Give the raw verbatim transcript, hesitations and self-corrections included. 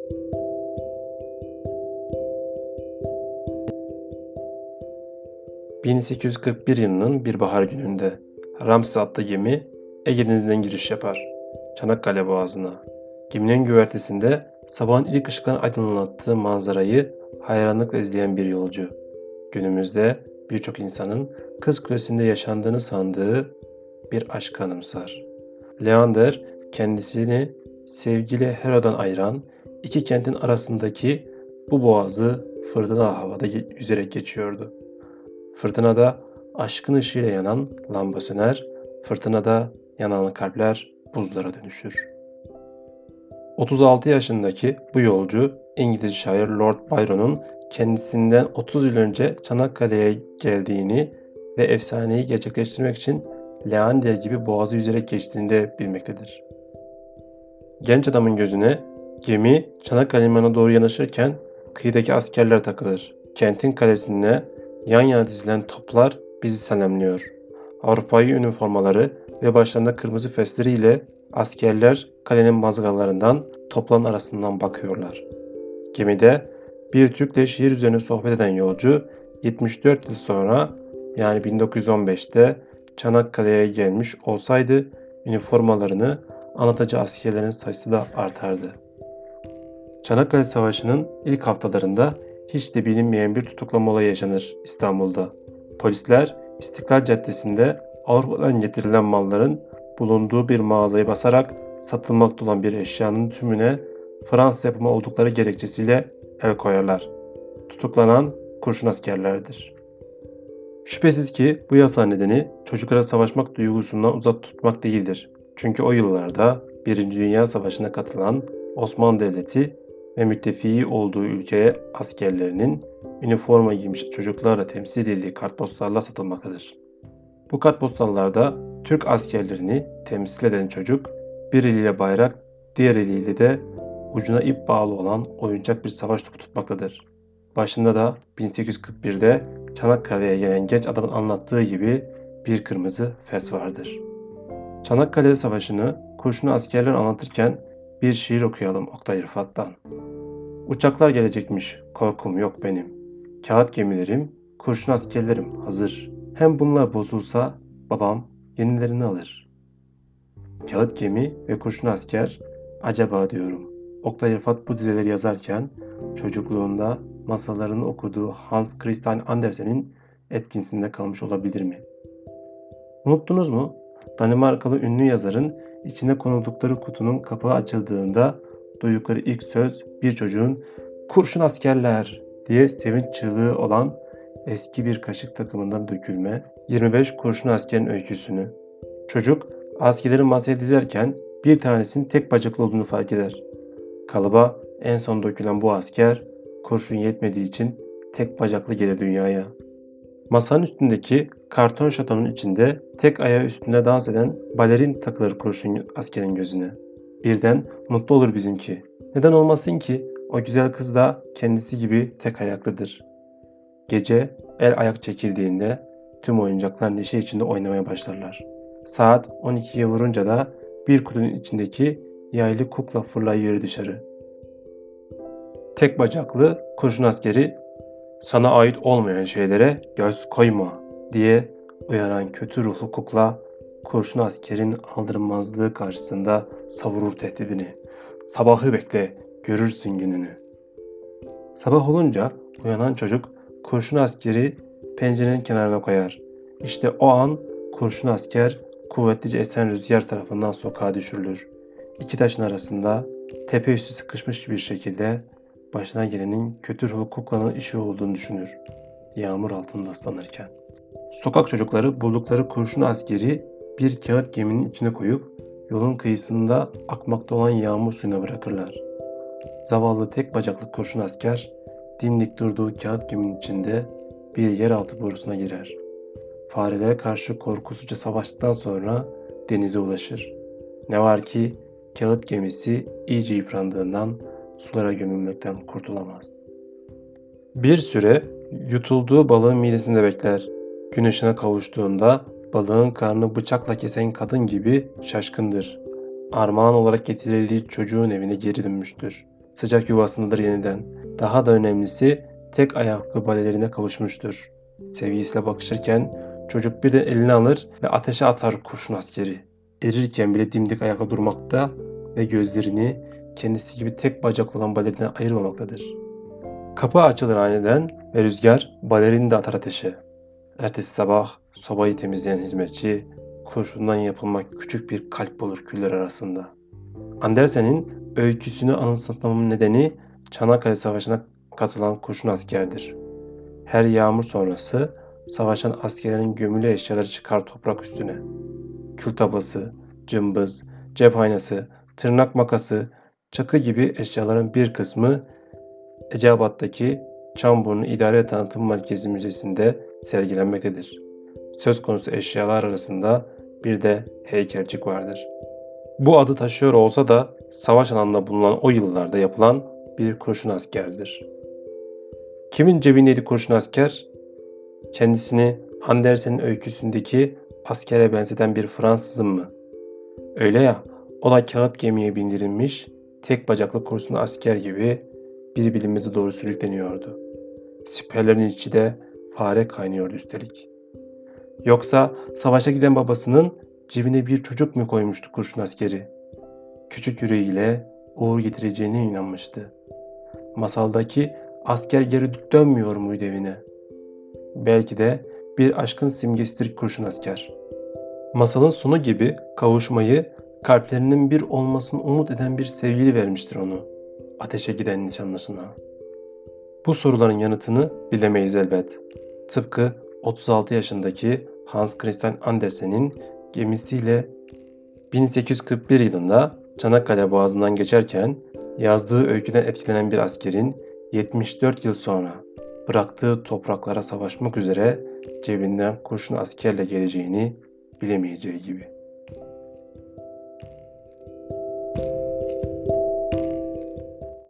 bin sekiz yüz kırk bir yılının bir bahar gününde Ramses adlı gemi Ege Denizi'nden giriş yapar. Çanakkale Boğazı'na. Geminin güvertesinde sabahın ilk ışıkların aydınlattığı manzarayı hayranlıkla izleyen bir yolcu. Günümüzde birçok insanın Kız Kulesi'nde yaşandığını sandığı bir aşk anımsar. Leander kendisini sevgili Hero'dan ayıran iki kentin arasındaki bu boğazı fırtına havada yüzerek geçiyordu. Fırtınada aşkın ışığıyla yanan lamba söner, fırtınada yanan kalpler buzlara dönüşür. otuz altı yaşındaki bu yolcu İngiliz şair Lord Byron'un kendisinden otuz yıl önce Çanakkale'ye geldiğini ve efsaneyi gerçekleştirmek için Leander gibi boğazı yüzerek geçtiğini de bilmektedir. Genç adamın gözüne gemi Çanakkale limanına doğru yanaşırken kıyıdaki askerler takılır. Kentin kalesine yan yana dizilen toplar bizi selamlıyor. Avrupa'yı üniformaları ve başlarında kırmızı festleriyle askerler kalenin mazgallarından topların arasından bakıyorlar. Gemide bir Türk'le şiir üzerine sohbet eden yolcu yetmiş dört yıl sonra yani bin dokuz yüz on beşte Çanakkale'ye gelmiş olsaydı üniformalarını anlatacağı askerlerin sayısı da artardı. Çanakkale Savaşı'nın ilk haftalarında hiç de bilinmeyen bir tutuklama olayı yaşanır İstanbul'da. Polisler İstiklal Caddesi'nde Avrupa'dan getirilen malların bulunduğu bir mağazayı basarak satılmakta olan bir eşyanın tümüne Fransız yapımı oldukları gerekçesiyle el koyarlar. Tutuklanan kurşun askerlerdir. Şüphesiz ki bu yasa nedeni çocuklara savaşmak duygusundan uzak tutmak değildir. Çünkü o yıllarda Birinci Dünya Savaşı'na katılan Osmanlı Devleti ve müttefiki olduğu ülkeye askerlerinin üniforma giymiş çocuklarla temsil edildiği kartpostallar satılmaktadır. Bu kartpostallarda Türk askerlerini temsil eden çocuk bir eliyle bayrak, diğer eliyle de ucuna ip bağlı olan oyuncak bir savaş topu tutmaktadır. Başında da bin sekiz yüz kırk birde Çanakkale'ye gelen genç adamın anlattığı gibi bir kırmızı fes vardır. Çanakkale Savaşı'nı kurşunlu askerler anlatırken bir şiir okuyalım Oktay Rıfat'tan. Uçaklar gelecekmiş, korkum yok benim. Kağıt gemilerim, kurşun askerlerim hazır. Hem bunlar bozulsa babam yenilerini alır. Kağıt gemi ve kurşun asker, acaba diyorum. Oktay Rıfat bu dizeleri yazarken çocukluğunda masallarını okuduğu Hans Christian Andersen'in etkisinde kalmış olabilir mi? Unuttunuz mu? Danimarkalı ünlü yazarın içine konuldukları kutunun kapağı açıldığında duydukları ilk söz bir çocuğun "Kurşun askerler!" diye sevinç çığlığı olan eski bir kaşık takımından dökülme yirmi beş kurşun askerin öyküsünü. Çocuk askerleri masaya dizerken bir tanesinin tek bacaklı olduğunu fark eder. Kalıba en son dökülen bu asker kurşun yetmediği için tek bacaklı gelir dünyaya. Masanın üstündeki karton şatonun içinde tek ayağı üstünde dans eden balerin takılır kurşun askerin gözüne. Birden mutlu olur bizimki. Neden olmasın ki? O güzel kız da kendisi gibi tek ayaklıdır. Gece el ayak çekildiğinde tüm oyuncaklar neşe içinde oynamaya başlarlar. Saat on ikiye vurunca da bir kutunun içindeki yaylı kukla fırlayıverir dışarı. Tek bacaklı kurşun askeri "Sana ait olmayan şeylere göz koyma" diye uyaran kötü ruhlu kukla kurşun askerin aldırmazlığı karşısında savurur tehdidini. "Sabahı bekle, görürsün gününü." Sabah olunca uyanan çocuk kurşun askeri pencerenin kenarına koyar. İşte o an kurşun asker kuvvetlice esen rüzgar tarafından sokağa düşürülür. İki taşın arasında tepe üstü sıkışmış bir şekilde başına gelenin kötü ruhlu kuklanın işi olduğunu düşünür. Yağmur altında ıslanırken. Sokak çocukları buldukları kurşun askeri bir kağıt geminin içine koyup yolun kıyısında akmakta olan yağmur suyuna bırakırlar. Zavallı tek bacaklı kurşun asker dimdik durduğu kağıt geminin içinde bir yeraltı borusuna girer. Farelere karşı korkusuzca savaştıktan sonra denize ulaşır. Ne var ki kağıt gemisi iyice yıprandığından sulara gömülmekten kurtulamaz. Bir süre yutulduğu balığın midesinde bekler. Gün ışığına kavuştuğunda balığın karnını bıçakla kesen kadın gibi şaşkındır. Armağan olarak getirildiği çocuğun evine geri dönmüştür. Sıcak yuvasındadır yeniden. Daha da önemlisi tek ayaklı balelerine kavuşmuştur. Sevgilisiyle bakışırken çocuk birden elini alır ve ateşe atar kurşun askeri. Erirken bile dimdik ayakta durmakta ve gözlerini kendisi gibi tek bacaklı olan balerinden ayırmamaktadır. Kapı açılır aniden ve rüzgar balerini de atar ateşe. Ertesi sabah sobayı temizleyen hizmetçi kurşundan yapılmak küçük bir kalp bulur küller arasında. Andersen'in öyküsünü anımsatmamın nedeni Çanakkale Savaşı'na katılan kurşun askerdir. Her yağmur sonrası savaşan askerlerin gömülü eşyaları çıkar toprak üstüne. Kül tabası, cımbız, cep aynası, tırnak makası, çakı gibi eşyaların bir kısmı Eceabat'taki Çamburnu İdare Tanıtım Merkezi Müzesi'nde sergilenmektedir. Söz konusu eşyalar arasında bir de heykelcik vardır. Bu adı taşıyor olsa da savaş alanında bulunan o yıllarda yapılan bir kurşun askerdir. Kimin cebindeydi kurşun asker? Kendisini Andersen'in öyküsündeki askere benzeten bir Fransızın mı? Öyle ya, o da kağıt gemiye bindirilmiş, tek bacaklı kurşun asker gibi bir bilimize doğru sürükleniyordu. Siperlerin içi de fare kaynıyordu üstelik. Yoksa savaşa giden babasının cebine bir çocuk mu koymuştu kurşun askeri? Küçük yüreğiyle uğur getireceğine inanmıştı. Masaldaki asker geri dönmüyor muydu evine? Belki de bir aşkın simgesidir kurşun asker. Masalın sonu gibi kavuşmayı, kalplerinin bir olmasını umut eden bir sevgili vermiştir onu, ateşe giden nişanlısına. Bu soruların yanıtını bilemeyiz elbet. Tıpkı otuz altı yaşındaki Hans Christian Andersen'in gemisiyle bin sekiz yüz kırk bir yılında Çanakkale Boğazı'ndan geçerken yazdığı öyküden etkilenen bir askerin yetmiş dört yıl sonra bıraktığı topraklara savaşmak üzere cebinden kurşun askerle geleceğini bilemeyeceği gibi.